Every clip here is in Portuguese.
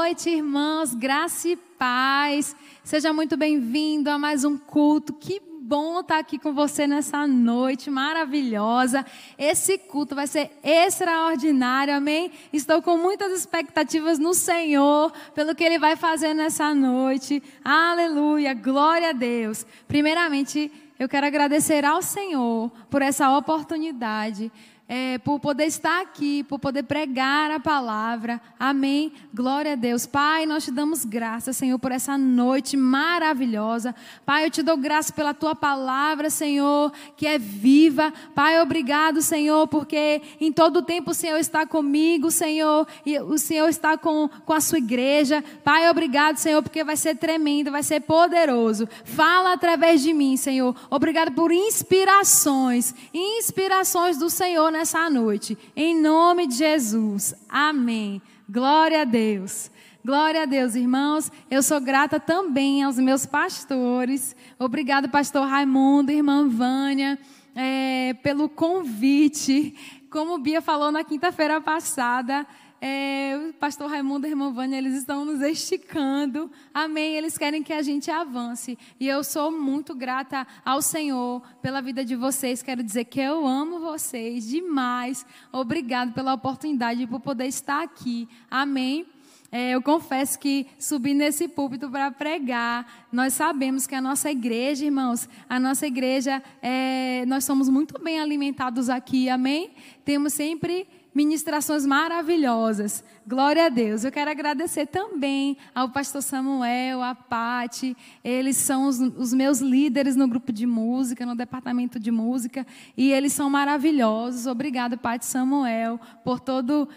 noite, irmãos, graça e paz. Seja muito bem-vindo a mais um culto. Que bom estar aqui com você nessa noite maravilhosa. Esse culto vai ser extraordinário, amém? Estou com muitas expectativas no Senhor, pelo que Ele vai fazer nessa noite. Aleluia, glória a Deus. Primeiramente, eu quero agradecer ao Senhor por essa oportunidade, por poder estar aqui, por poder pregar a palavra, amém, glória a Deus. Pai, nós te damos graça, Senhor, por essa noite maravilhosa. Pai, eu te dou graça pela tua palavra, Senhor, que é viva. Pai, obrigado, Senhor, porque em todo tempo o Senhor está comigo, Senhor, e o Senhor está com a sua igreja. Pai, obrigado, Senhor, porque vai ser tremendo, vai ser poderoso. Fala através de mim, Senhor. Obrigado por inspirações do Senhor nessa noite, em nome de Jesus, amém, glória a Deus, irmãos. Eu sou grata também aos meus pastores, obrigado pastor Raimundo, irmã Vânia, pelo convite. Como Bia falou na quinta-feira passada, o pastor Raimundo e a irmã Vânia, eles estão nos esticando, amém, eles querem que a gente avance, e eu sou muito grata ao Senhor pela vida de vocês. Quero dizer que eu amo vocês demais, obrigado pela oportunidade por poder estar aqui, amém. Eu confesso que subi nesse púlpito para pregar. Nós sabemos que a nossa igreja, irmãos, a nossa igreja, nós somos muito bem alimentados aqui, amém? Temos sempre ministrações maravilhosas, glória a Deus. Eu quero agradecer também ao pastor Samuel, a Pati, eles são os meus líderes no grupo de música, no departamento de música, e eles são maravilhosos. Obrigada, Pati e Samuel, por todo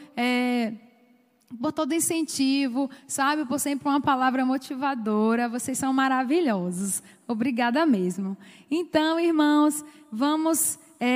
incentivo, sabe, por sempre uma palavra motivadora. Vocês são maravilhosos, obrigada mesmo. Então, irmãos, vamos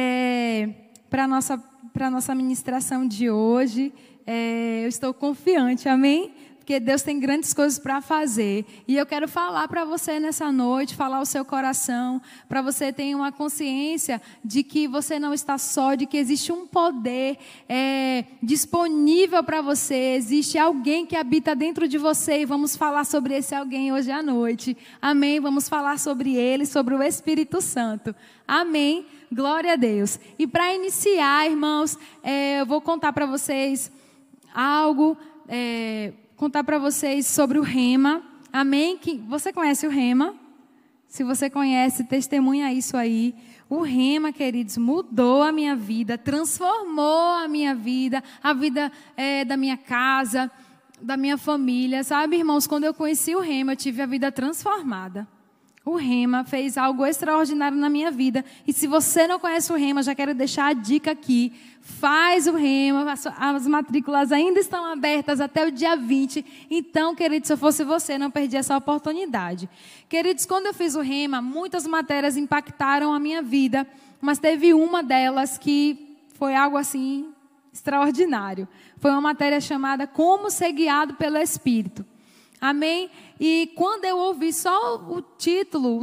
para a nossa ministração de hoje. Eu estou confiante, amém? Porque Deus tem grandes coisas para fazer. E eu quero falar para você nessa noite, falar ao seu coração, para você ter uma consciência de que você não está só, de que existe um poder disponível para você, existe alguém que habita dentro de você, e vamos falar sobre esse alguém hoje à noite, amém? Vamos falar sobre ele, sobre o Espírito Santo, amém? Glória a Deus. E para iniciar, irmãos, eu vou contar para vocês algo, contar para vocês sobre o Rema, amém? Você conhece o Rema? Se você conhece, testemunha isso aí. O Rema, queridos, mudou a minha vida, transformou a minha vida, a vida da minha casa, da minha família, sabe, irmãos? Quando eu conheci o Rema, eu tive a vida transformada. O Rema fez algo extraordinário na minha vida. E se você não conhece o Rema, já quero deixar a dica aqui. Faz o Rema, as matrículas ainda estão abertas até o dia 20. Então, queridos, se eu fosse você, não perdi essa oportunidade. Queridos, quando eu fiz o Rema, muitas matérias impactaram a minha vida. Mas teve uma delas que foi algo assim extraordinário. Foi uma matéria chamada Como Ser Guiado pelo Espírito. Amém? E quando eu ouvi só o título,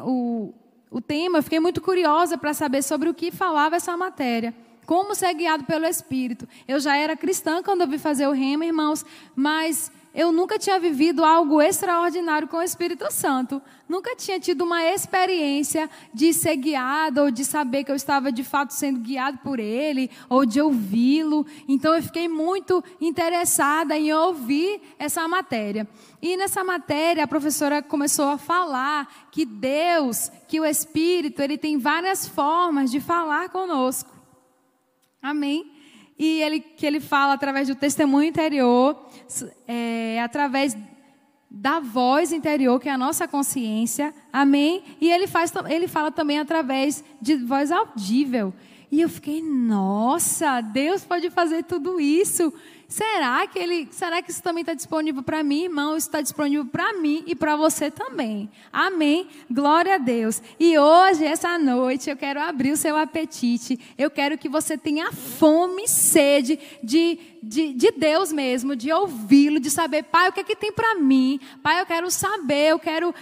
o tema, eu fiquei muito curiosa para saber sobre o que falava essa matéria. Como ser guiado pelo Espírito. Eu já era cristã quando eu vim fazer o Rema, irmãos, mas eu nunca tinha vivido algo extraordinário com o Espírito Santo. Nunca tinha tido uma experiência de ser guiada ou de saber que eu estava de fato sendo guiado por Ele ou de ouvi-lo. Então eu fiquei muito interessada em ouvir essa matéria. E nessa matéria a professora começou a falar que Deus, que o Espírito, Ele tem várias formas de falar conosco. Amém? E ele fala através do testemunho interior, através da voz interior, que é a nossa consciência, amém? E ele fala também através de voz audível. E eu fiquei, nossa, Deus pode fazer tudo isso. Será que isso também está disponível para mim, irmão? Isso está disponível para mim e para você também. Amém? Glória a Deus. E hoje, essa noite, eu quero abrir o seu apetite. Eu quero que você tenha fome e sede de Deus mesmo, de ouvi-lo, de saber, Pai, o que é que tem para mim? Pai, eu quero saber,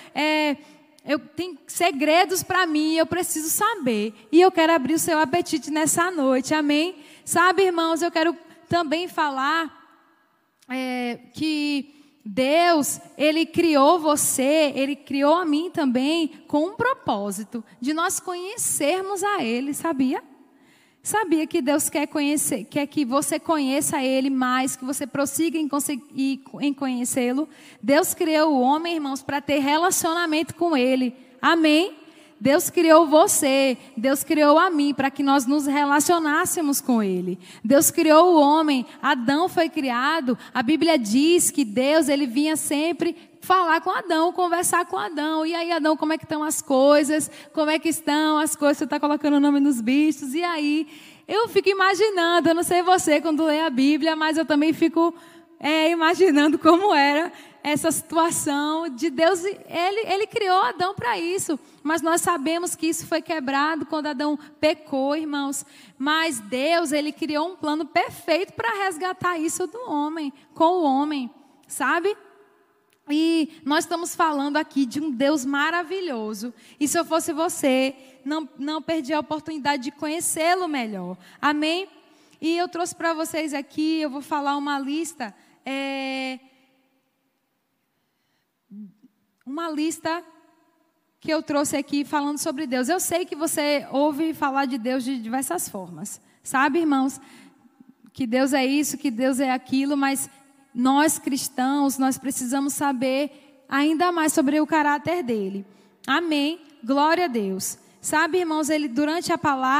eu tenho segredos para mim, eu preciso saber. E eu quero abrir o seu apetite nessa noite. Amém? Sabe, irmãos, eu quero também falar que Deus, Ele criou você, Ele criou a mim também com um propósito de nós conhecermos a Ele, sabia? Sabia que Deus quer que você conheça Ele mais, que você prossiga em conhecê-lo? Deus criou o homem, irmãos, para ter relacionamento com Ele. Amém? Deus criou você, Deus criou a mim para que nós nos relacionássemos com Ele. Deus criou o homem, Adão foi criado. A Bíblia diz que Deus, Ele vinha sempre falar com Adão, conversar com Adão. E aí, Adão, como é que estão as coisas? Como é que estão as coisas? Você está colocando o nome nos bichos. E aí, eu fico imaginando, eu não sei você quando lê a Bíblia, mas eu também fico imaginando como era essa situação de Deus. Ele criou Adão para isso. Mas nós sabemos que isso foi quebrado quando Adão pecou, irmãos. Mas Deus, Ele criou um plano perfeito para resgatar isso do homem, com o homem, sabe? E nós estamos falando aqui de um Deus maravilhoso. E se eu fosse você, não perdi a oportunidade de conhecê-lo melhor. Amém? E eu trouxe para vocês aqui, eu vou falar uma lista. Uma lista que eu trouxe aqui falando sobre Deus. Eu sei que você ouve falar de Deus de diversas formas. Sabe, irmãos? Que Deus é isso, que Deus é aquilo, mas nós cristãos, nós precisamos saber ainda mais sobre o caráter dele. Amém? Glória a Deus. Sabe, irmãos, ele durante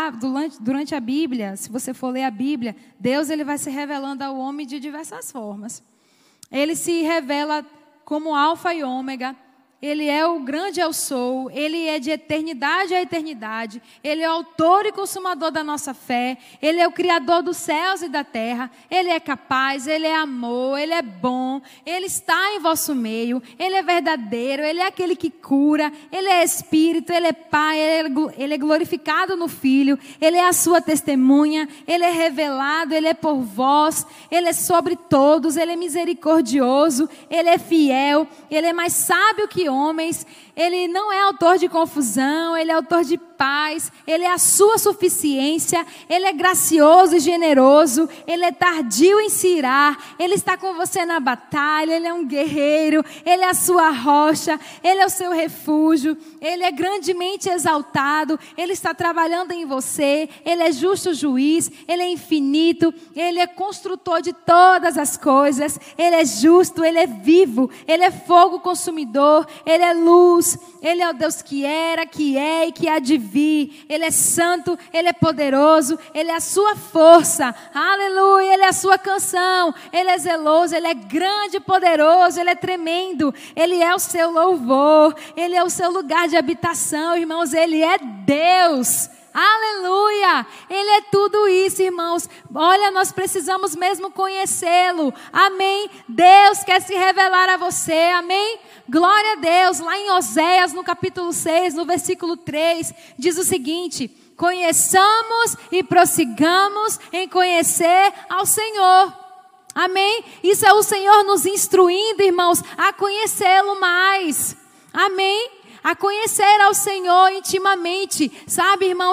a Bíblia, se você for ler a Bíblia, Deus ele vai se revelando ao homem de diversas formas. Ele se revela como alfa e ômega. Ele é o grande eu sou, Ele é de eternidade a eternidade, Ele é o autor e consumador da nossa fé, Ele é o criador dos céus e da terra, Ele é capaz, Ele é amor, Ele é bom, Ele está em vosso meio, Ele é verdadeiro, Ele é aquele que cura, Ele é Espírito, Ele é Pai, Ele é glorificado no Filho, Ele é a sua testemunha, Ele é revelado, Ele é por vós, Ele é sobre todos, Ele é misericordioso, Ele é fiel, Ele é mais sábio que homens, Ele não é autor de confusão, Ele é autor de paz, Ele é a sua suficiência, Ele é gracioso e generoso, Ele é tardio em se irar, Ele está com você na batalha, Ele é um guerreiro, Ele é a sua rocha, Ele é o seu refúgio, Ele é grandemente exaltado, Ele está trabalhando em você, Ele é justo juiz, Ele é infinito, Ele é construtor de todas as coisas, Ele é justo, Ele é vivo, Ele é fogo consumidor, Ele é luz, Ele é o Deus que era, que é e que há de vir. Ele é santo, Ele é poderoso, Ele é a sua força, aleluia, Ele é a sua canção, Ele é zeloso, Ele é grande e poderoso, Ele é tremendo, Ele é o seu louvor, Ele é o seu lugar de habitação, irmãos, Ele é Deus. Aleluia, Ele é tudo isso, irmãos. Olha, nós precisamos mesmo conhecê-lo. Amém? Deus quer se revelar a você. Amém? Glória a Deus. Lá em Oséias, no capítulo 6, no versículo 3, diz o seguinte: conheçamos e prossigamos em conhecer ao Senhor. Amém? Isso é o Senhor nos instruindo, irmãos, a conhecê-lo mais. Amém? A conhecer ao Senhor intimamente. Sabe, irmão,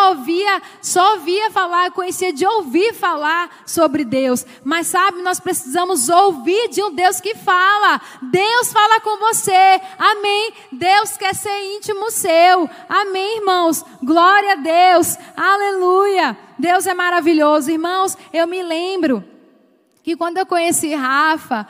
só ouvia falar, conhecia de ouvir falar sobre Deus. Mas sabe, nós precisamos ouvir de um Deus que fala. Deus fala com você. Amém? Deus quer ser íntimo seu. Amém, irmãos? Glória a Deus. Aleluia. Deus é maravilhoso. Irmãos, eu me lembro que quando eu conheci Rafa,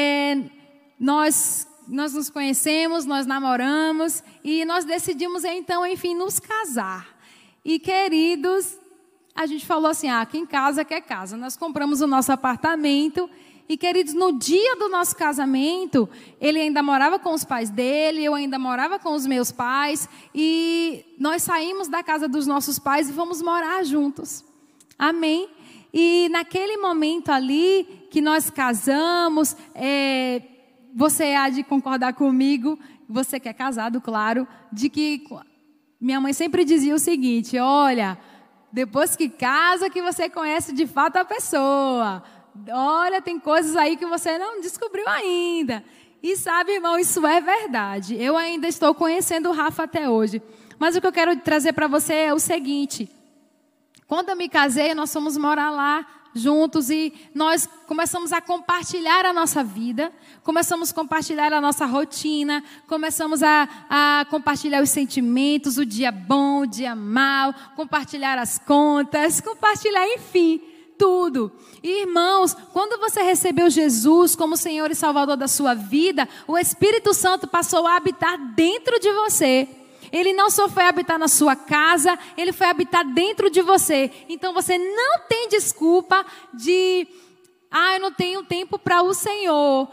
nós nos conhecemos, nós namoramos e nós decidimos então, enfim, nos casar. E queridos, a gente falou assim, quem casa quer casa. Nós compramos o nosso apartamento e queridos, no dia do nosso casamento, ele ainda morava com os pais dele, eu ainda morava com os meus pais e nós saímos da casa dos nossos pais e fomos morar juntos. Amém? E naquele momento ali que nós casamos, você há de concordar comigo, você que é casado, claro, de que minha mãe sempre dizia o seguinte: olha, depois que casa que você conhece de fato a pessoa. Olha, tem coisas aí que você não descobriu ainda. E sabe, irmão, isso é verdade. Eu ainda estou conhecendo o Rafa até hoje. Mas o que eu quero trazer para você é o seguinte: quando eu me casei, nós fomos morar lá juntos e nós começamos a compartilhar a nossa vida, começamos a compartilhar a nossa rotina, começamos a compartilhar os sentimentos, o dia bom, o dia mau, compartilhar as contas, compartilhar, enfim, tudo. E, irmãos, quando você recebeu Jesus como Senhor e Salvador da sua vida, o Espírito Santo passou a habitar dentro de você. Ele não só foi habitar na sua casa, ele foi habitar dentro de você. Então você não tem desculpa de, eu não tenho tempo para o Senhor,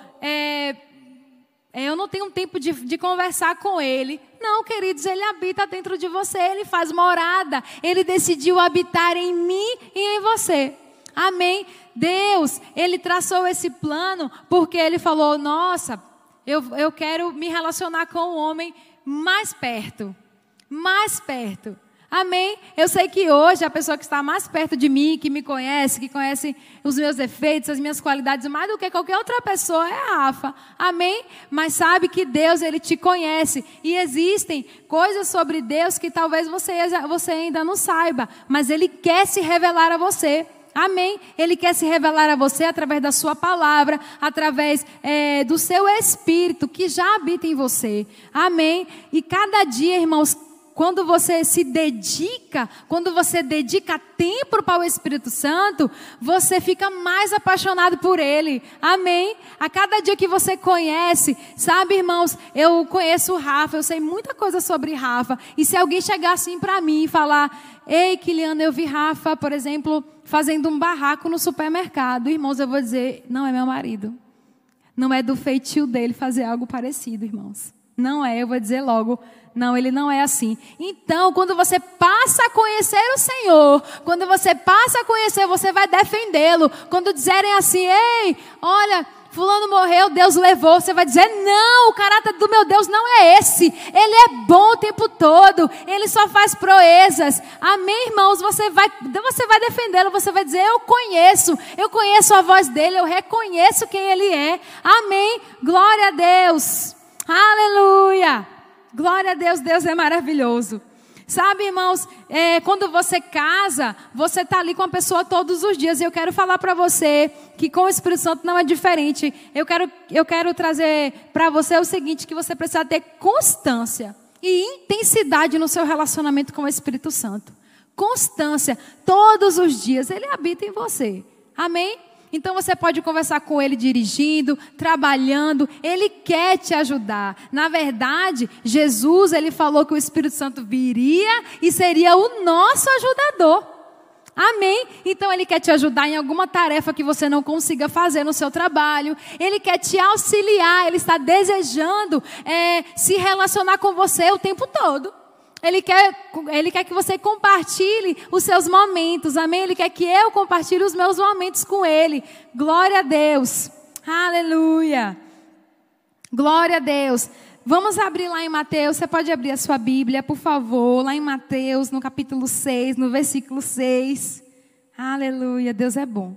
eu não tenho tempo de conversar com Ele. Não, queridos, Ele habita dentro de você, Ele faz morada. Ele decidiu habitar em mim e em você. Amém? Deus, Ele traçou esse plano porque Ele falou, nossa, eu quero me relacionar com o homem mais perto, mais perto. Amém? Eu sei que hoje a pessoa que está mais perto de mim, que me conhece, que conhece os meus defeitos, as minhas qualidades, mais do que qualquer outra pessoa, é a Rafa. Amém? Mas sabe que Deus, Ele te conhece. E existem coisas sobre Deus que talvez você ainda não saiba, mas Ele quer se revelar a você. Amém? Ele quer se revelar a você através da sua palavra, através do seu Espírito que já habita em você. Amém? E cada dia, irmãos, quando você se dedica, quando você dedica tempo para o Espírito Santo, você fica mais apaixonado por Ele. Amém? A cada dia que você conhece, sabe, irmãos, eu conheço o Rafa, eu sei muita coisa sobre Rafa. E se alguém chegar assim para mim e falar, ei, Kiliana, eu vi Rafa, por exemplo, fazendo um barraco no supermercado. Irmãos, eu vou dizer, não é meu marido. Não é do feitio dele fazer algo parecido, irmãos. Não é, eu vou dizer logo, não, ele não é assim. Então, quando você passa a conhecer o Senhor, quando você passa a conhecer, você vai defendê-lo. Quando dizerem assim, ei, olha, fulano morreu, Deus levou, você vai dizer, não, o caráter do meu Deus não é esse. Ele é bom o tempo todo, Ele só faz proezas. Amém, irmãos? Você vai defendê-lo, você vai dizer, eu conheço a voz dele, eu reconheço quem Ele é. Amém? Glória a Deus. Aleluia. Glória a Deus, Deus é maravilhoso. Sabe, irmãos, quando você casa, você está ali com a pessoa todos os dias. E eu quero falar para você que com o Espírito Santo não é diferente. Eu quero trazer para você o seguinte, que você precisa ter constância e intensidade no seu relacionamento com o Espírito Santo. Constância, todos os dias, Ele habita em você. Amém? Então você pode conversar com Ele dirigindo, trabalhando, Ele quer te ajudar. Na verdade, Jesus, Ele falou que o Espírito Santo viria e seria o nosso ajudador. Amém? Então Ele quer te ajudar em alguma tarefa que você não consiga fazer no seu trabalho. Ele quer te auxiliar, Ele está desejando se relacionar com você o tempo todo. Ele quer que você compartilhe os seus momentos, amém? Ele quer que eu compartilhe os meus momentos com Ele. Glória a Deus, aleluia, glória a Deus. Vamos abrir lá em Mateus, você pode abrir a sua Bíblia, por favor, lá em Mateus, no capítulo 6, no versículo 6. Aleluia, Deus é bom.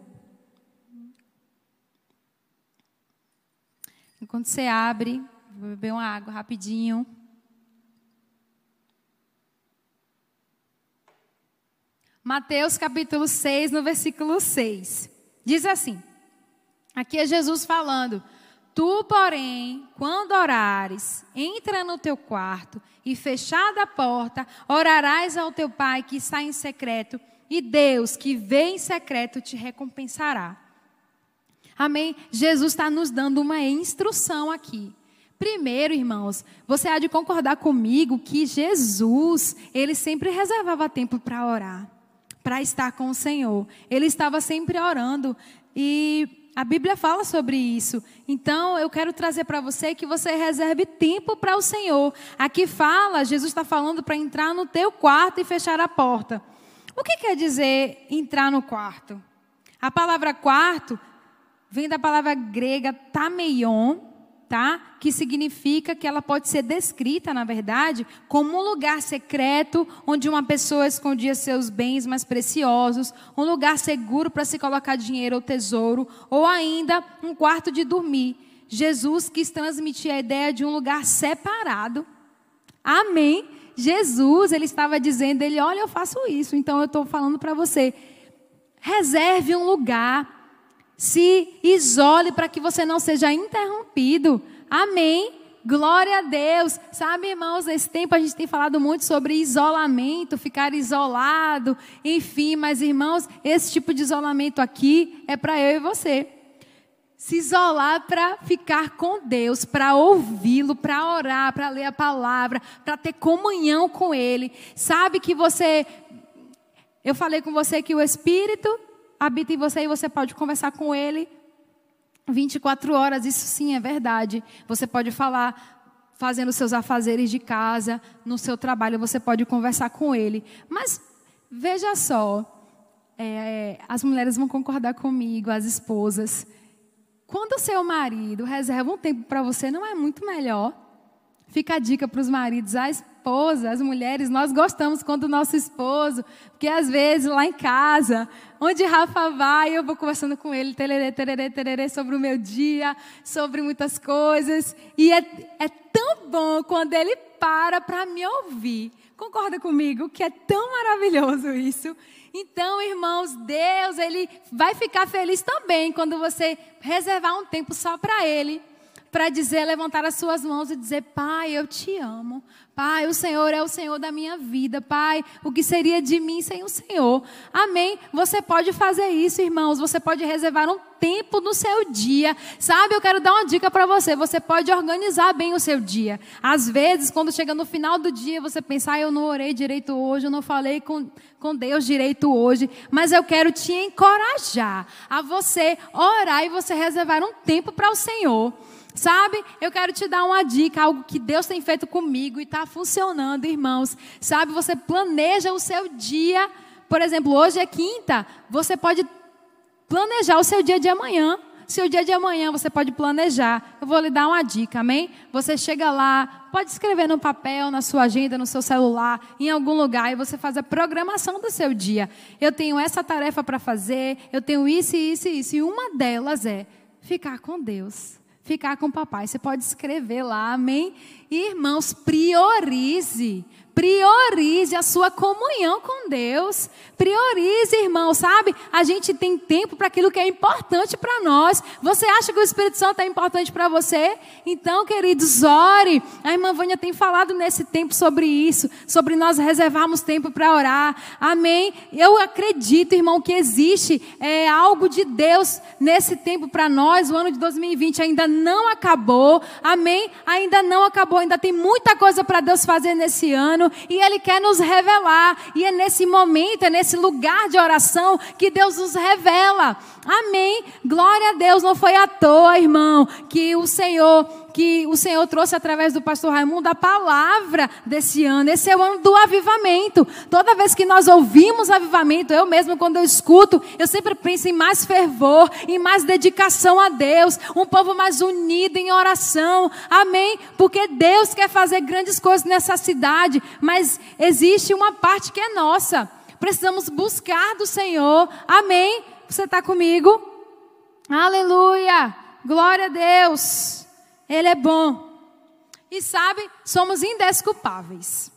Enquanto você abre, vou beber uma água rapidinho. Mateus capítulo 6, no versículo 6. Diz assim, aqui é Jesus falando, tu, porém, quando orares, entra no teu quarto e fechada a porta, orarás ao teu Pai que está em secreto, e Deus que vê em secreto te recompensará. Amém? Jesus está nos dando uma instrução aqui. Primeiro, irmãos, você há de concordar comigo que Jesus, Ele sempre reservava tempo para orar, para estar com o Senhor. Ele estava sempre orando e a Bíblia fala sobre isso. Então, eu quero trazer para você que você reserve tempo para o Senhor. Aqui fala, Jesus está falando para entrar no teu quarto e fechar a porta. O que quer dizer entrar no quarto? A palavra quarto vem da palavra grega tameion, tá? Que significa que ela pode ser descrita, na verdade, como um lugar secreto onde uma pessoa escondia seus bens mais preciosos, um lugar seguro para se colocar dinheiro ou tesouro, ou ainda um quarto de dormir. Jesus quis transmitir a ideia de um lugar separado. Amém? Jesus, Ele estava dizendo, olha, eu faço isso, então eu estou falando para você. Reserve um lugar. Se isole para que você não seja interrompido. Amém? Glória a Deus. Sabe, irmãos, nesse tempo a gente tem falado muito sobre isolamento, ficar isolado, enfim. Mas, irmãos, esse tipo de isolamento aqui é para eu e você. Se isolar para ficar com Deus, para ouvi-lo, para orar, para ler a palavra, para ter comunhão com Ele. Sabe que eu falei com você que o Espírito habita em você e você pode conversar com Ele 24 horas, isso sim é verdade. Você pode falar fazendo seus afazeres de casa, no seu trabalho, você pode conversar com Ele. Mas veja só, as mulheres vão concordar comigo, as esposas. Quando o seu marido reserva um tempo para você, não é muito melhor? Fica a dica para os maridos, a esposa, as mulheres, nós gostamos quando o nosso esposo, porque às vezes lá em casa, onde Rafa vai, eu vou conversando com ele, tererê, tererê, tererê, sobre o meu dia, sobre muitas coisas, e é tão bom quando ele para me ouvir. Concorda comigo que é tão maravilhoso isso? Então, irmãos, Deus, Ele vai ficar feliz também quando você reservar um tempo só para Ele. Para dizer, levantar as suas mãos e dizer, Pai, eu te amo. Pai, o Senhor é o Senhor da minha vida. Pai, o que seria de mim sem o Senhor? Amém? Você pode fazer isso, irmãos. Você pode reservar um tempo no seu dia. Sabe, eu quero dar uma dica para você. Você pode organizar bem o seu dia. Às vezes, quando chega no final do dia, você pensa, eu não orei direito hoje, eu não falei com Deus direito hoje. Mas eu quero te encorajar a você orar e você reservar um tempo para o Senhor. Sabe, eu quero te dar uma dica, algo que Deus tem feito comigo e está funcionando, irmãos. Sabe, você planeja o seu dia. Por exemplo, hoje é quinta, você pode planejar o seu dia de amanhã. Seu dia de amanhã você pode planejar. Eu vou lhe dar uma dica, amém? Você chega lá, pode escrever no papel, na sua agenda, no seu celular, em algum lugar, e você faz a programação do seu dia. Eu tenho essa tarefa para fazer, eu tenho isso e isso e isso. E uma delas é ficar com Deus. Ficar com o papai. Você pode escrever lá, amém? Irmãos, priorize a sua comunhão com Deus. Priorize, irmão, sabe? A gente tem tempo para aquilo que é importante para nós. Você acha que o Espírito Santo é importante para você? Então, queridos, ore. A irmã Vânia tem falado nesse tempo sobre isso, sobre nós reservarmos tempo para orar. Amém? Eu acredito, irmão, que existe algo de Deus nesse tempo para nós. O ano de 2020 ainda não acabou. Amém? Ainda não acabou. Ainda tem muita coisa para Deus fazer nesse ano. E Ele quer nos revelar. E é nesse momento, é nesse lugar de oração que Deus nos revela. Amém? Glória a Deus. Não foi à toa, irmão, que o Senhor trouxe através do pastor Raimundo a palavra desse ano. Esse é o ano do avivamento. Toda vez que nós ouvimos avivamento, eu mesmo quando eu escuto, eu sempre penso em mais fervor, em mais dedicação a Deus, um povo mais unido em oração. Amém? Porque Deus quer fazer grandes coisas nessa cidade, mas existe uma parte que é nossa. Precisamos buscar do Senhor. Amém? Você está comigo? Aleluia! Glória a Deus! Ele é bom. E sabe, somos indesculpáveis.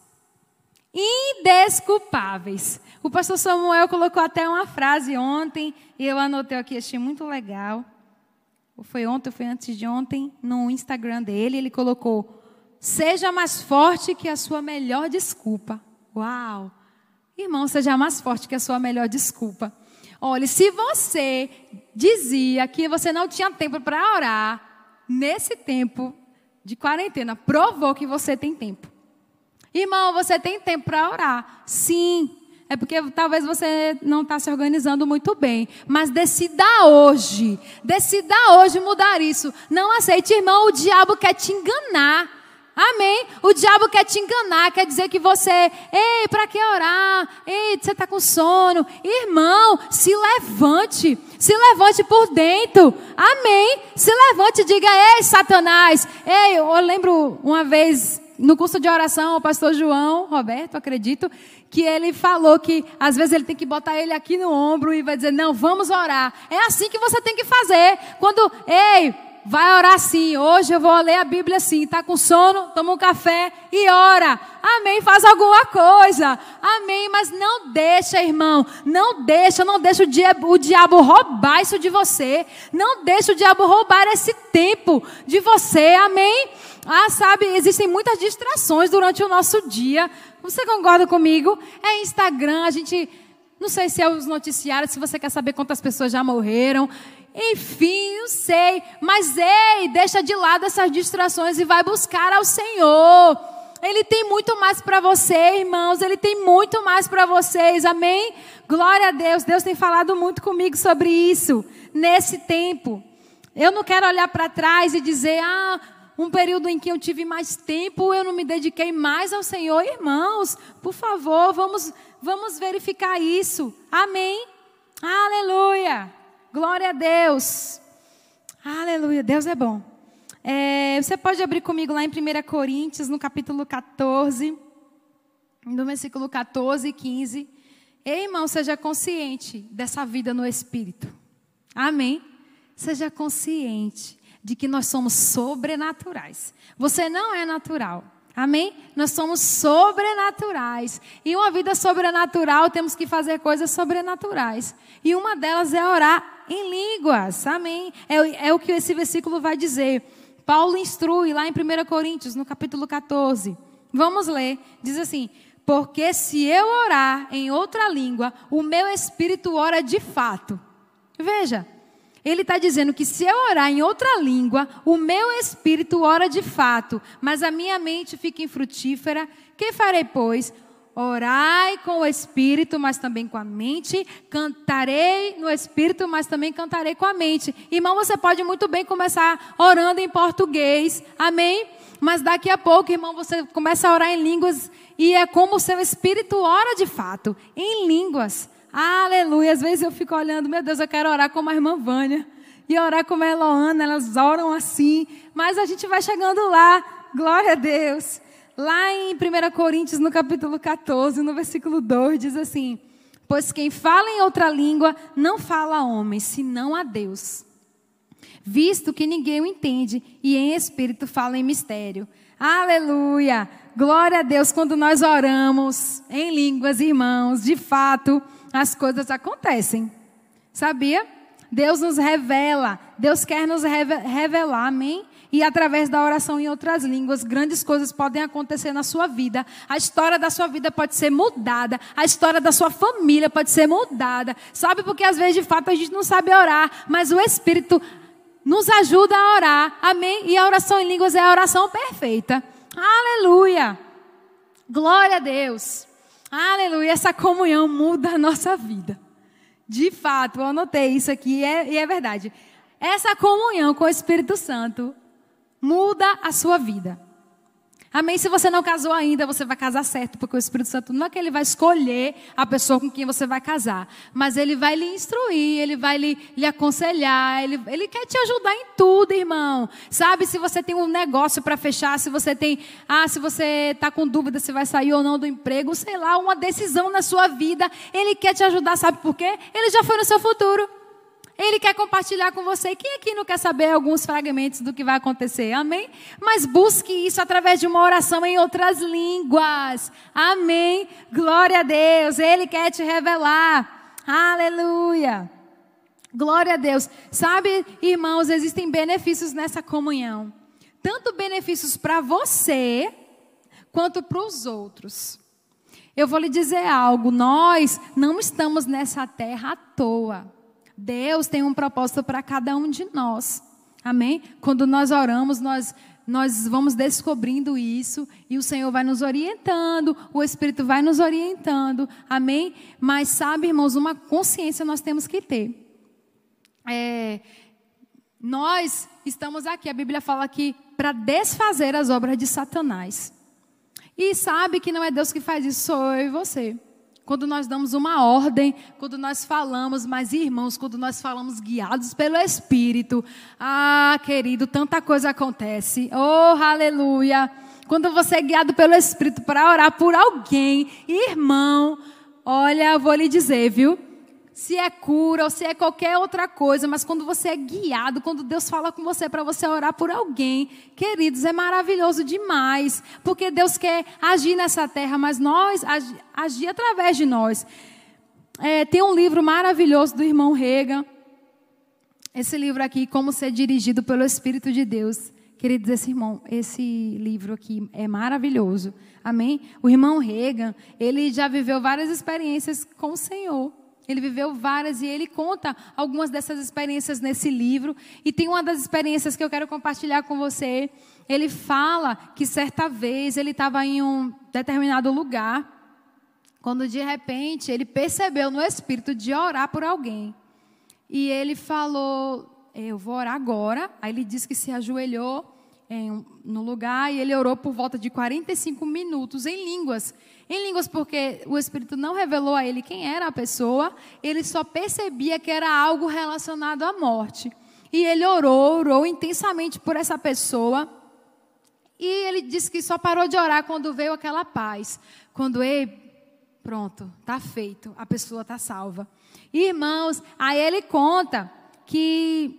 Indesculpáveis. O pastor Samuel colocou até uma frase ontem, e eu anotei aqui, achei muito legal. Foi ontem, foi antes de ontem, no Instagram dele, ele colocou: seja mais forte que a sua melhor desculpa. Uau! Irmão, seja mais forte que a sua melhor desculpa. Olha, se você dizia que você não tinha tempo para orar, nesse tempo de quarentena, provou que você tem tempo. Irmão, você tem tempo para orar? Sim. É porque talvez você não está se organizando muito bem. Mas decida hoje mudar isso. Não aceite, irmão, o diabo quer te enganar. Amém? O diabo quer te enganar, quer dizer que você, para que orar? Você está com sono. Irmão, se levante por dentro. Amém? Se levante e diga: ei, Satanás. Eu lembro uma vez, no curso de oração, o pastor João Roberto, acredito, que ele falou que às vezes ele tem que botar ele aqui no ombro e vai dizer: não, vamos orar. É assim que você tem que fazer. Quando, vai orar sim. Hoje eu vou ler a Bíblia sim. Está com sono? Toma um café e ora. Amém? Faz alguma coisa. Amém? Mas não deixa, irmão. Não deixa o diabo roubar isso de você. Não deixa o diabo roubar esse tempo de você. Amém? Sabe, existem muitas distrações durante o nosso dia. Você concorda comigo? É Instagram, a gente... Não sei se é os noticiários, se você quer saber quantas pessoas já morreram. Enfim, não sei. Mas, deixa de lado essas distrações e vai buscar ao Senhor. Ele tem muito mais para você, irmãos. Ele tem muito mais para vocês. Amém? Glória a Deus. Deus tem falado muito comigo sobre isso. Nesse tempo. Eu não quero olhar para trás e dizer... um período em que eu tive mais tempo, eu não me dediquei mais ao Senhor. Irmãos, por favor, vamos verificar isso. Amém? Aleluia. Glória a Deus. Aleluia. Deus é bom. Você pode abrir comigo lá em 1 Coríntios, no capítulo 14, no versículo 14 e 15. Ei, irmão, seja consciente dessa vida no Espírito. Amém? Seja consciente de que nós somos sobrenaturais. Você não é natural. Amém? Nós somos sobrenaturais. E uma vida sobrenatural, temos que fazer coisas sobrenaturais. E uma delas é orar em línguas. Amém? É o que esse versículo vai dizer. Paulo instrui lá em 1 Coríntios, no capítulo 14. Vamos ler. Diz assim: porque se eu orar em outra língua, o meu espírito ora de fato. Veja. Ele está dizendo que se eu orar em outra língua, o meu espírito ora de fato, mas a minha mente fica infrutífera. Que farei, pois? Orai com o espírito, mas também com a mente. Cantarei no espírito, mas também cantarei com a mente. Irmão, você pode muito bem começar orando em português, amém? Mas daqui a pouco, irmão, você começa a orar em línguas e é como o seu espírito ora de fato, em línguas. Aleluia. Às vezes eu fico olhando, meu Deus, eu quero orar como a irmã Vânia. E orar como a Eloana, elas oram assim. Mas a gente vai chegando lá. Glória a Deus. Lá em 1 Coríntios, no capítulo 14, no versículo 2, diz assim: pois quem fala em outra língua não fala a homens, senão a Deus. Visto que ninguém o entende e em espírito fala em mistério. Aleluia. Glória a Deus. Quando nós oramos em línguas, irmãos, de fato... as coisas acontecem. Sabia? Deus nos revela. Deus quer nos revelar, amém? E através da oração em outras línguas, grandes coisas podem acontecer na sua vida. A história da sua vida pode ser mudada. A história da sua família pode ser mudada. Sabe? Porque às vezes, de fato, a gente não sabe orar. Mas o Espírito nos ajuda a orar. Amém? E a oração em línguas é a oração perfeita. Aleluia. Glória a Deus. Aleluia, essa comunhão muda a nossa vida. De fato, eu anotei isso aqui e é verdade. Essa comunhão com o Espírito Santo muda a sua vida. Amém? Se você não casou ainda, você vai casar certo, porque o Espírito Santo não é que ele vai escolher a pessoa com quem você vai casar, mas ele vai lhe instruir, ele vai lhe aconselhar, ele quer te ajudar em tudo, irmão. Sabe, se você tem um negócio para fechar, se você está com dúvida se vai sair ou não do emprego, sei lá, uma decisão na sua vida, ele quer te ajudar, sabe por quê? Ele já foi no seu futuro. Ele quer compartilhar com você. Quem aqui não quer saber alguns fragmentos do que vai acontecer? Amém? Mas busque isso através de uma oração em outras línguas. Amém? Glória a Deus. Ele quer te revelar. Aleluia. Glória a Deus. Sabe, irmãos, existem benefícios nessa comunhão. Tanto benefícios para você, quanto para os outros. Eu vou lhe dizer algo. Nós não estamos nessa terra à toa. Deus tem um propósito para cada um de nós. Amém? Quando nós oramos, nós vamos descobrindo isso. E o Senhor vai nos orientando. O Espírito vai nos orientando. Amém? Mas sabe, irmãos, uma consciência nós temos que ter. Nós estamos aqui, a Bíblia fala aqui, para desfazer as obras de Satanás. E sabe que não é Deus que faz isso, sou eu e você. Quando nós damos uma ordem, quando nós falamos, mas irmãos, quando nós falamos guiados pelo Espírito, querido, tanta coisa acontece. Oh, aleluia. Quando você é guiado pelo Espírito para orar por alguém, irmão, olha, eu vou lhe dizer, viu? se é cura ou se é qualquer outra coisa, mas quando você é guiado, quando Deus fala com você para você orar por alguém, queridos, é maravilhoso demais, porque Deus quer agir nessa terra, mas nós, agir através de nós. Tem um livro maravilhoso do irmão Reagan, esse livro aqui, Como Ser Dirigido pelo Espírito de Deus. Queridos, esse livro aqui é maravilhoso, amém? O irmão Reagan, ele já viveu várias experiências com o Senhor. Ele viveu várias e ele conta algumas dessas experiências nesse livro. E tem uma das experiências que eu quero compartilhar com você. Ele fala que certa vez ele estava em um determinado lugar, quando de repente ele percebeu no espírito de orar por alguém. E ele falou, eu vou orar agora. Aí ele disse que se ajoelhou no lugar e ele orou por volta de 45 minutos em línguas. Em línguas porque o Espírito não revelou a ele quem era a pessoa, ele só percebia que era algo relacionado à morte. E ele orou intensamente por essa pessoa. E ele disse que só parou de orar quando veio aquela paz. Quando pronto, está feito, a pessoa está salva. Irmãos, aí ele conta que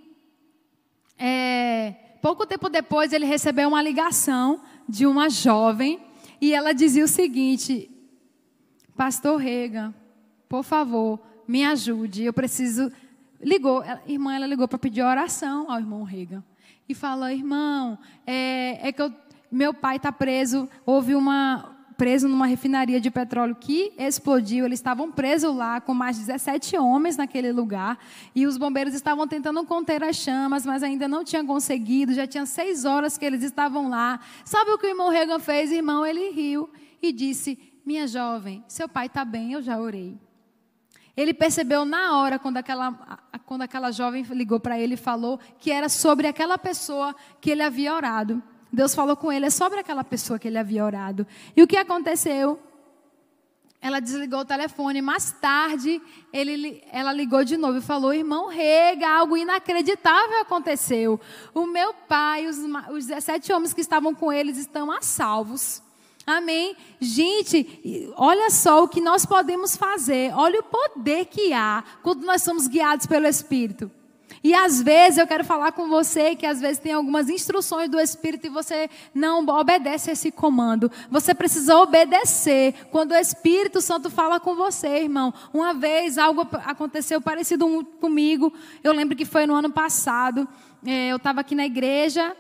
pouco tempo depois ele recebeu uma ligação de uma jovem. E ela dizia o seguinte: Pastor Reagan, por favor, me ajude, eu preciso... Ela ligou para pedir oração ao irmão Reagan. E falou, irmão, meu pai está preso, preso numa refinaria de petróleo que explodiu. Eles estavam presos lá com mais de 17 homens naquele lugar. E os bombeiros estavam tentando conter as chamas, mas ainda não tinham conseguido. Já tinha 6 horas que eles estavam lá. Sabe o que o irmão Reagan fez, irmão? Ele riu e disse, minha jovem, seu pai está bem, eu já orei. Ele percebeu na hora, quando aquela jovem ligou para ele e falou que era sobre aquela pessoa que ele havia orado. Deus falou com ele, é sobre aquela pessoa que ele havia orado. E o que aconteceu? Ela desligou o telefone. Mais tarde, ela ligou de novo e falou, irmão Reagan, algo inacreditável aconteceu. O meu pai, os 17 homens que estavam com eles estão a salvos. Amém? Gente, olha só o que nós podemos fazer. Olha o poder que há quando nós somos guiados pelo Espírito. E às vezes eu quero falar com você que às vezes tem algumas instruções do Espírito e você não obedece a esse comando. Você precisa obedecer quando o Espírito Santo fala com você, irmão. Uma vez algo aconteceu parecido comigo. Eu lembro que foi no ano passado. Eu estava aqui na igreja.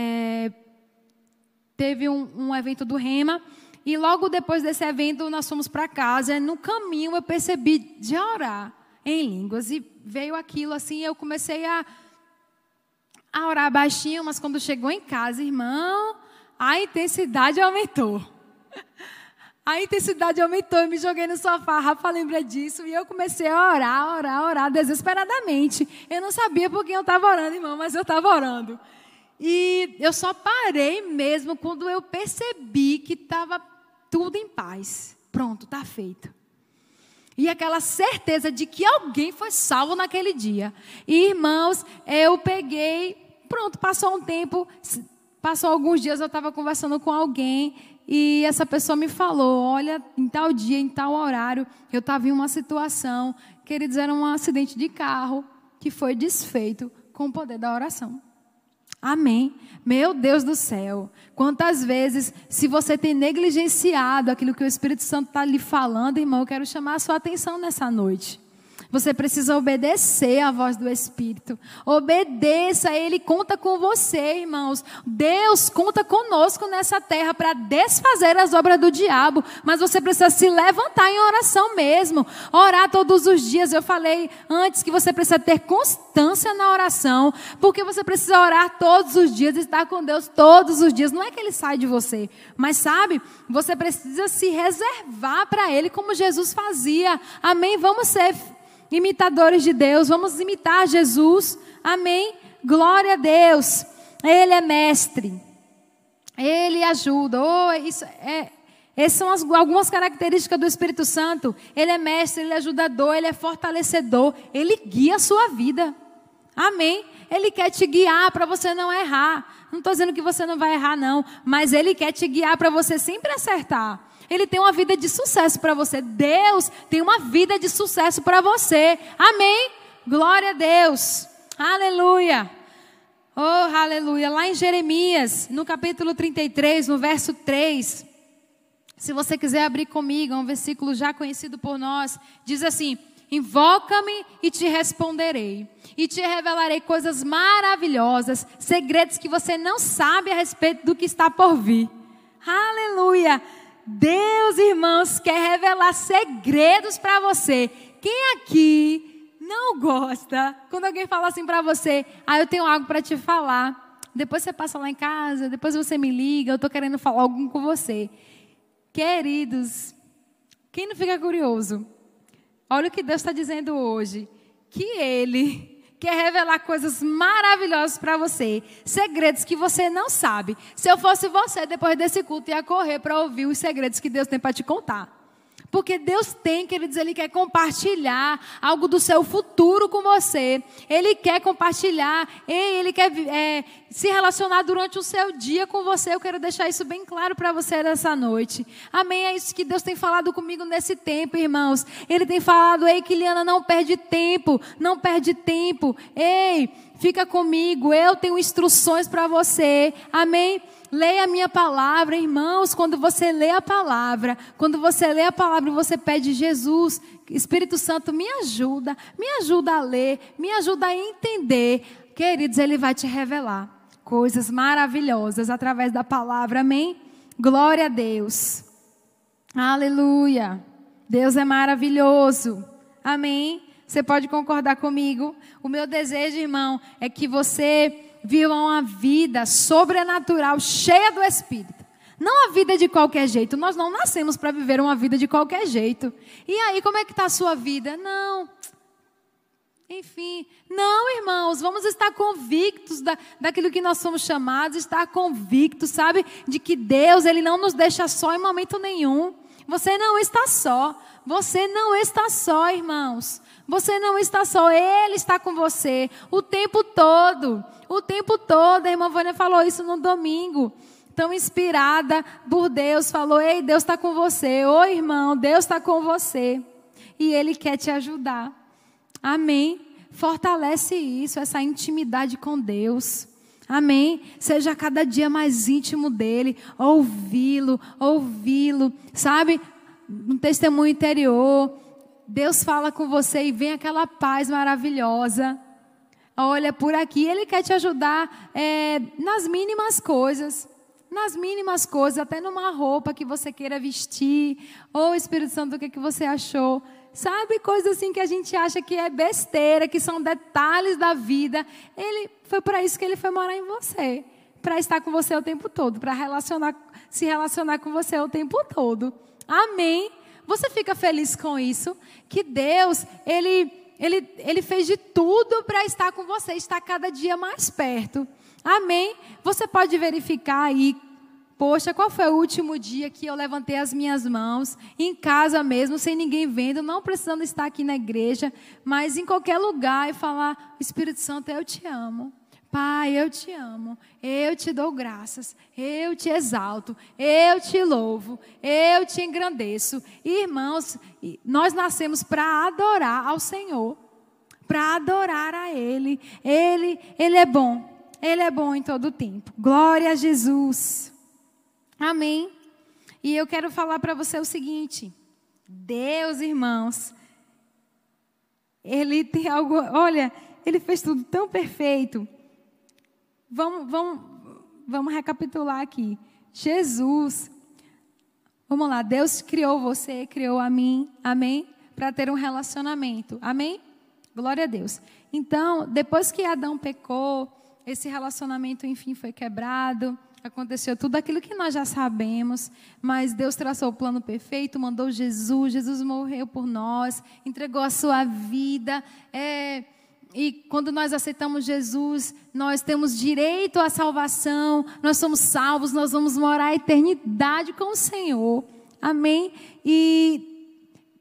Teve um evento do Rema. E logo depois desse evento nós fomos para casa. No caminho eu percebi de orar em línguas. E veio aquilo assim, eu comecei a orar baixinho, mas quando chegou em casa, irmão, a intensidade aumentou. A intensidade aumentou, eu me joguei no sofá, Rafa lembra disso, e eu comecei a orar desesperadamente. Eu não sabia por quem eu estava orando, irmão, mas eu estava orando. E eu só parei mesmo quando eu percebi que estava tudo em paz. Pronto, está feito. E aquela certeza de que alguém foi salvo naquele dia. E, irmãos, eu peguei, pronto, passou um tempo, passou alguns dias, eu estava conversando com alguém e essa pessoa me falou, olha, em tal dia, em tal horário, eu estava em uma situação, queridos, era um acidente de carro que foi desfeito com o poder da oração. Amém. Meu Deus do céu. Quantas vezes, se você tem negligenciado aquilo que o Espírito Santo está lhe falando, irmão, eu quero chamar a sua atenção nessa noite. Você precisa obedecer à voz do Espírito. Obedeça, Ele conta com você, irmãos. Deus conta conosco nessa terra para desfazer as obras do diabo. Mas você precisa se levantar em oração mesmo. Orar todos os dias. Eu falei antes que você precisa ter constância na oração. Porque você precisa orar todos os dias, estar com Deus todos os dias. Não é que Ele sai de você. Mas sabe, você precisa se reservar para Ele como Jesus fazia. Amém? Vamos ser imitadores de Deus, vamos imitar Jesus, amém? Glória a Deus, Ele é mestre, Ele ajuda, essas são algumas características do Espírito Santo. Ele é mestre, Ele é ajudador, Ele é fortalecedor, Ele guia a sua vida, amém? Ele quer te guiar para você não errar. Não estou dizendo que você não vai errar, não. Mas Ele quer te guiar para você sempre acertar. Ele tem uma vida de sucesso para você. Deus tem uma vida de sucesso para você. Amém? Glória a Deus. Aleluia. Oh, aleluia. Lá em Jeremias, no capítulo 33, no verso 3. Se você quiser abrir comigo, é um versículo já conhecido por nós. Diz assim: invoca-me e te responderei. E te revelarei coisas maravilhosas, segredos que você não sabe a respeito do que está por vir. Aleluia. Deus, irmãos, quer revelar segredos para você. Quem aqui não gosta quando alguém fala assim para você: eu tenho algo para te falar. Depois você passa lá em casa, depois você me liga, eu estou querendo falar algo com você. Queridos, quem não fica curioso? Olha o que Deus está dizendo hoje. Que Ele quer revelar coisas maravilhosas para você. Segredos que você não sabe. Se eu fosse você, depois desse culto, ia correr para ouvir os segredos que Deus tem para te contar. Porque Deus tem, queridos, Ele quer compartilhar algo do seu futuro com você. Ele quer compartilhar, Ele quer se relacionar durante o seu dia com você. Eu quero deixar isso bem claro para você nessa noite. Amém? É isso que Deus tem falado comigo nesse tempo, irmãos. Ele tem falado: ei, Kiliana, não perde tempo, não perde tempo. Ei, fica comigo, eu tenho instruções para você. Amém? Leia a minha palavra, irmãos. Quando você lê a palavra, você pede: Jesus, Espírito Santo, me ajuda a ler, me ajuda a entender. Queridos, Ele vai te revelar coisas maravilhosas através da palavra, amém? Glória a Deus, aleluia. Deus é maravilhoso, amém? Você pode concordar comigo? O meu desejo, irmão, é que você viva uma vida sobrenatural, cheia do Espírito. Não a vida de qualquer jeito. Nós não nascemos para viver uma vida de qualquer jeito. E aí, como é que está a sua vida? Não. Enfim. Não, irmãos. Vamos estar convictos daquilo que nós somos chamados. Estar convictos, sabe? De que Deus, Ele não nos deixa só em momento nenhum. Você não está só. Você não está só, irmãos. Você não está só. Ele está com você o tempo todo. O tempo todo. A irmã Vânia falou isso no domingo. Tão inspirada por Deus. Falou: ei, Deus está com você. Oi, irmão, Deus está com você. E Ele quer te ajudar. Amém? Fortalece isso, essa intimidade com Deus. Amém? Seja cada dia mais íntimo dEle. Ouvi-lo. Sabe? Um testemunho interior. Deus fala com você e vem aquela paz maravilhosa. Olha, por aqui Ele quer te ajudar nas mínimas coisas. Nas mínimas coisas, até numa roupa que você queira vestir. Ô, Espírito Santo, o que você achou? Sabe, coisas assim que a gente acha que é besteira, que são detalhes da vida. Foi para isso que Ele foi morar em você. Para estar com você o tempo todo. Para se relacionar com você o tempo todo. Amém? Você fica feliz com isso? Que Deus, Ele fez de tudo para estar com você, estar cada dia mais perto. Amém? Você pode verificar aí: poxa, qual foi o último dia que eu levantei as minhas mãos, em casa mesmo, sem ninguém vendo, não precisando estar aqui na igreja, mas em qualquer lugar, e falar: Espírito Santo, eu te amo. Pai, eu te amo, eu te dou graças, eu te exalto, eu te louvo, eu te engrandeço. Irmãos, nós nascemos para adorar ao Senhor, para adorar a Ele. Ele é bom, Ele é bom em todo o tempo. Glória a Jesus. Amém. E eu quero falar para você o seguinte: Deus, irmãos, Ele tem algo, olha, Ele fez tudo tão perfeito. Vamos recapitular aqui. Jesus, vamos lá, Deus criou você, criou a mim, amém? Para ter um relacionamento, amém? Glória a Deus. Então, depois que Adão pecou, esse relacionamento, enfim, foi quebrado, aconteceu tudo aquilo que nós já sabemos, mas Deus traçou o plano perfeito, mandou Jesus morreu por nós, entregou a sua vida, e quando nós aceitamos Jesus, nós temos direito à salvação, nós somos salvos, nós vamos morar a eternidade com o Senhor. Amém? E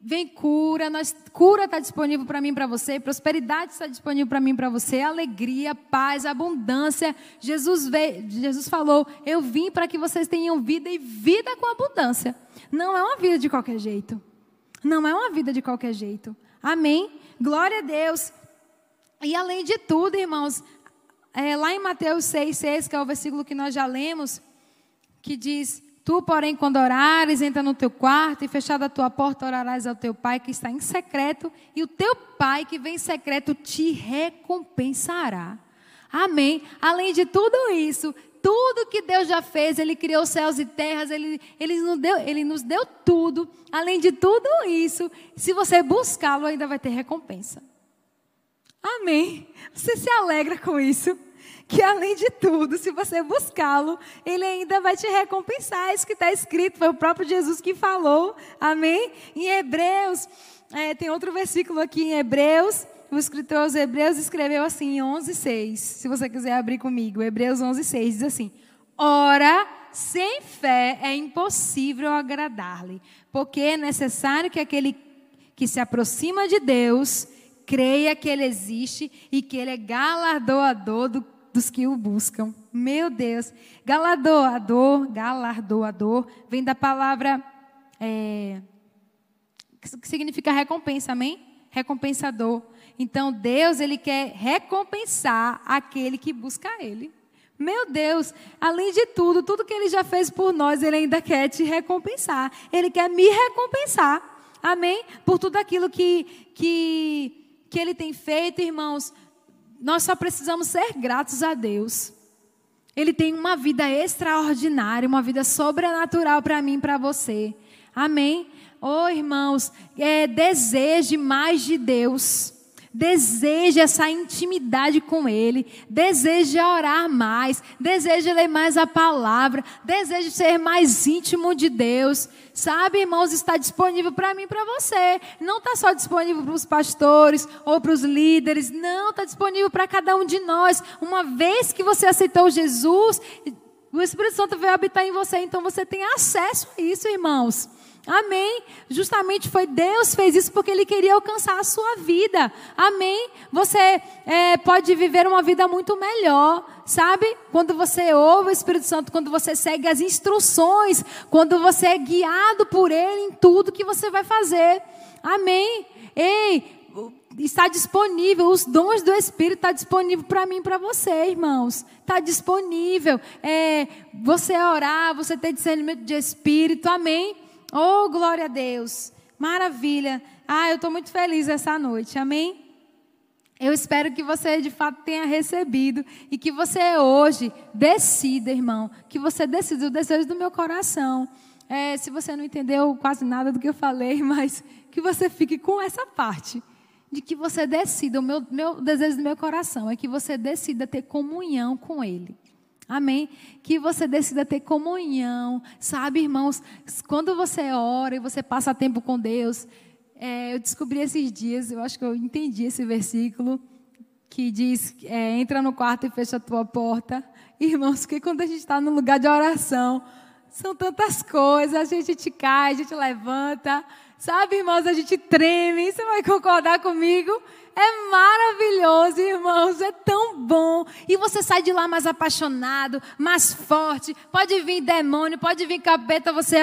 vem cura, cura está disponível para mim e para você, prosperidade está disponível para mim e para você, alegria, paz, abundância. Jesus falou, eu vim para que vocês tenham vida e vida com abundância. Não é uma vida de qualquer jeito. Não é uma vida de qualquer jeito. Amém? Glória a Deus. E além de tudo, irmãos, lá em Mateus 6,6, que é o versículo que nós já lemos, que diz: tu, porém, quando orares, entra no teu quarto e fechada a tua porta, orarás ao teu pai que está em secreto, e o teu pai que vem em secreto te recompensará. Amém? Além de tudo isso, tudo que Deus já fez, Ele criou céus e terras, Ele nos deu tudo. Além de tudo isso, se você buscá-lo, ainda vai ter recompensa. Amém? Você se alegra com isso? Que além de tudo, se você buscá-lo, Ele ainda vai te recompensar. Isso que está escrito, foi o próprio Jesus que falou. Amém? Em Hebreus, tem outro versículo aqui em Hebreus. O escritor aos Hebreus escreveu assim, em 11,6. Se você quiser abrir comigo, Hebreus 11,6 diz assim: ora, sem fé é impossível agradar-lhe, porque é necessário que aquele que se aproxima de Deus creia que Ele existe e que Ele é galardoador dos que o buscam. Meu Deus, galardoador vem da palavra que significa recompensa, amém? Recompensador. Então Deus, Ele quer recompensar aquele que busca Ele. Meu Deus, além de tudo, tudo que Ele já fez por nós, Ele ainda quer te recompensar. Ele quer me recompensar, amém? Por tudo aquilo que Ele tem feito, irmãos. Nós só precisamos ser gratos a Deus. Ele tem uma vida extraordinária, uma vida sobrenatural para mim e para você. Amém? Oh, irmãos, deseje mais de Deus. Deseje essa intimidade com Ele. Deseje orar mais. Deseje ler mais a palavra. Deseje ser mais íntimo de Deus. Sabe, irmãos, está disponível para mim e para você. Não está só disponível para os pastores ou para os líderes. Não, está disponível para cada um de nós. Uma vez que você aceitou Jesus, o Espírito Santo veio habitar em você. Então você tem acesso a isso, irmãos. Amém? Justamente foi Deus fez isso porque Ele queria alcançar a sua vida. Amém? Você pode viver uma vida muito melhor, sabe? Quando você ouve o Espírito Santo, quando você segue as instruções, quando você é guiado por Ele em tudo que você vai fazer. Amém? Ei, está disponível, os dons do Espírito estão disponíveis para mim e para você, irmãos. Está disponível. Você orar, você ter discernimento de Espírito. Amém? Oh, glória a Deus. Maravilha. Eu estou muito feliz essa noite. Amém? Eu espero que você de fato tenha recebido e que você hoje decida, irmão, que você decida o desejo do meu coração. Se você não entendeu quase nada do que eu falei, mas que você fique com essa parte. De que você decida, o meu desejo do meu coração é que você decida ter comunhão com Ele. Amém? Que você decida ter comunhão. Sabe, irmãos, quando você ora e você passa tempo com Deus, eu descobri esses dias, eu acho que eu entendi esse versículo, que diz, entra no quarto e fecha a tua porta. Irmãos, porque quando a gente está no lugar de oração, são tantas coisas, a gente cai, a gente levanta. Sabe, irmãos, a gente treme, você vai concordar comigo? É maravilhoso, irmãos, é tão bom. E você sai de lá mais apaixonado, mais forte. Pode vir demônio, pode vir capeta, você,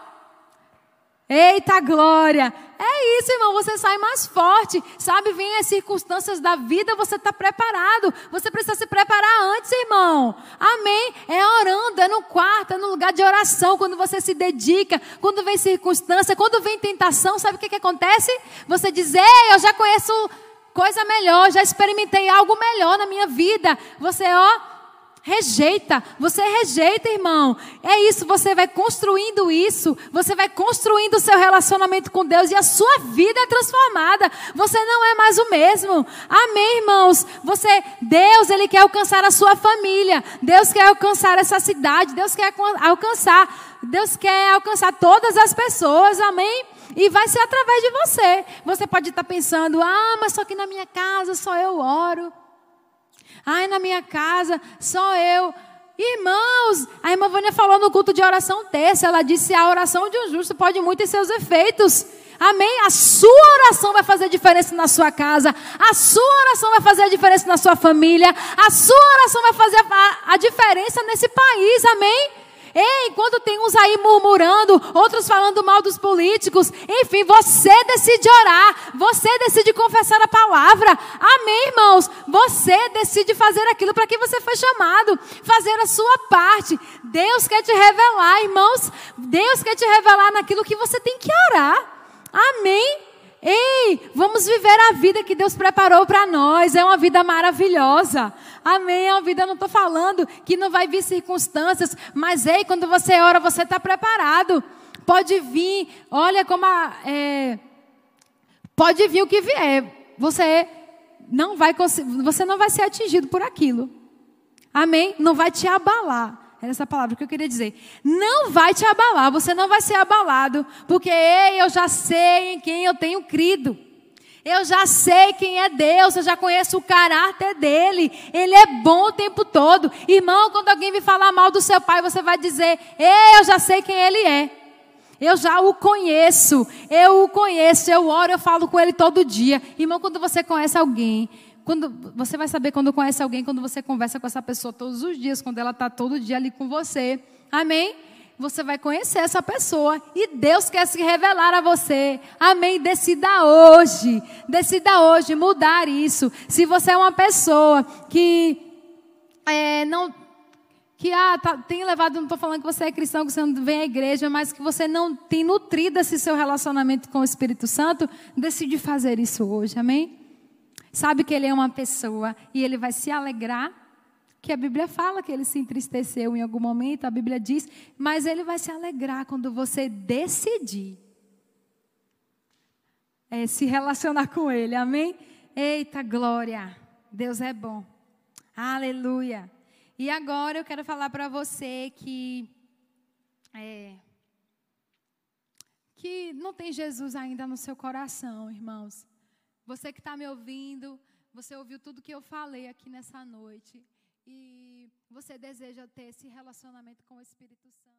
eita glória. É isso, irmão, você sai mais forte. Sabe, vem as circunstâncias da vida, você está preparado. Você precisa se preparar antes, irmão. Amém? É orando, é no quarto, é no lugar de oração. Quando você se dedica, quando vem circunstância, quando vem tentação, sabe o que acontece? Você diz, eu já conheço coisa melhor, já experimentei algo melhor na minha vida. Você, rejeita, você rejeita, irmão. É isso, você vai construindo isso, você vai construindo o seu relacionamento com Deus e a sua vida é transformada. Você não é mais o mesmo. Amém, irmãos? Deus, Ele quer alcançar a sua família. Deus quer alcançar essa cidade. Deus quer alcançar todas as pessoas. Amém? E vai ser através de você. Você pode estar pensando, mas só que na minha casa só eu oro. Na minha casa só eu. Irmãos, a irmã Vânia falou no culto de oração terça. Ela disse, a oração de um justo pode muito em seus efeitos. Amém? A sua oração vai fazer diferença na sua casa. A sua oração vai fazer a diferença na sua família. A sua oração vai fazer a diferença nesse país. Amém? Ei, enquanto tem uns aí murmurando, outros falando mal dos políticos, enfim, você decide orar, você decide confessar a palavra, amém, irmãos? Você decide fazer aquilo para que você foi chamado, fazer a sua parte. Deus quer te revelar, irmãos, Deus quer te revelar naquilo que você tem que orar, amém? Ei, vamos viver a vida que Deus preparou para nós. É uma vida maravilhosa. Amém, é uma vida, eu não estou falando que não vai vir circunstâncias, mas ei, quando você ora, você está preparado. Pode vir, olha como pode vir o que vier. Você não vai ser atingido por aquilo. Amém? Não vai te abalar. Era essa palavra que eu queria dizer. Não vai te abalar, você não vai ser abalado. Porque ei, eu já sei em quem eu tenho crido. Eu já sei quem é Deus, eu já conheço o caráter dele. Ele é bom o tempo todo. Irmão, quando alguém me falar mal do seu pai, você vai dizer, ei, eu já sei quem ele é. Eu já o conheço, eu oro, eu falo com ele todo dia. Irmão, quando você conhece alguém, você vai saber quando conhece alguém, quando você conversa com essa pessoa todos os dias, quando ela está todo dia ali com você. Amém? Você vai conhecer essa pessoa e Deus quer se revelar a você. Amém? Decida hoje mudar isso. Se você é uma pessoa que tem levado, não estou falando que você é cristão, que você não vem à igreja, mas que você não tem nutrido esse seu relacionamento com o Espírito Santo, decide fazer isso hoje. Amém? Sabe que ele é uma pessoa e ele vai se alegrar, que a Bíblia fala que ele se entristeceu em algum momento, a Bíblia diz, mas ele vai se alegrar quando você decidir se relacionar com ele, amém? Eita glória, Deus é bom, aleluia. E agora eu quero falar para você que não tem Jesus ainda no seu coração, irmãos. Você que está me ouvindo, você ouviu tudo que eu falei aqui nessa noite. E você deseja ter esse relacionamento com o Espírito Santo.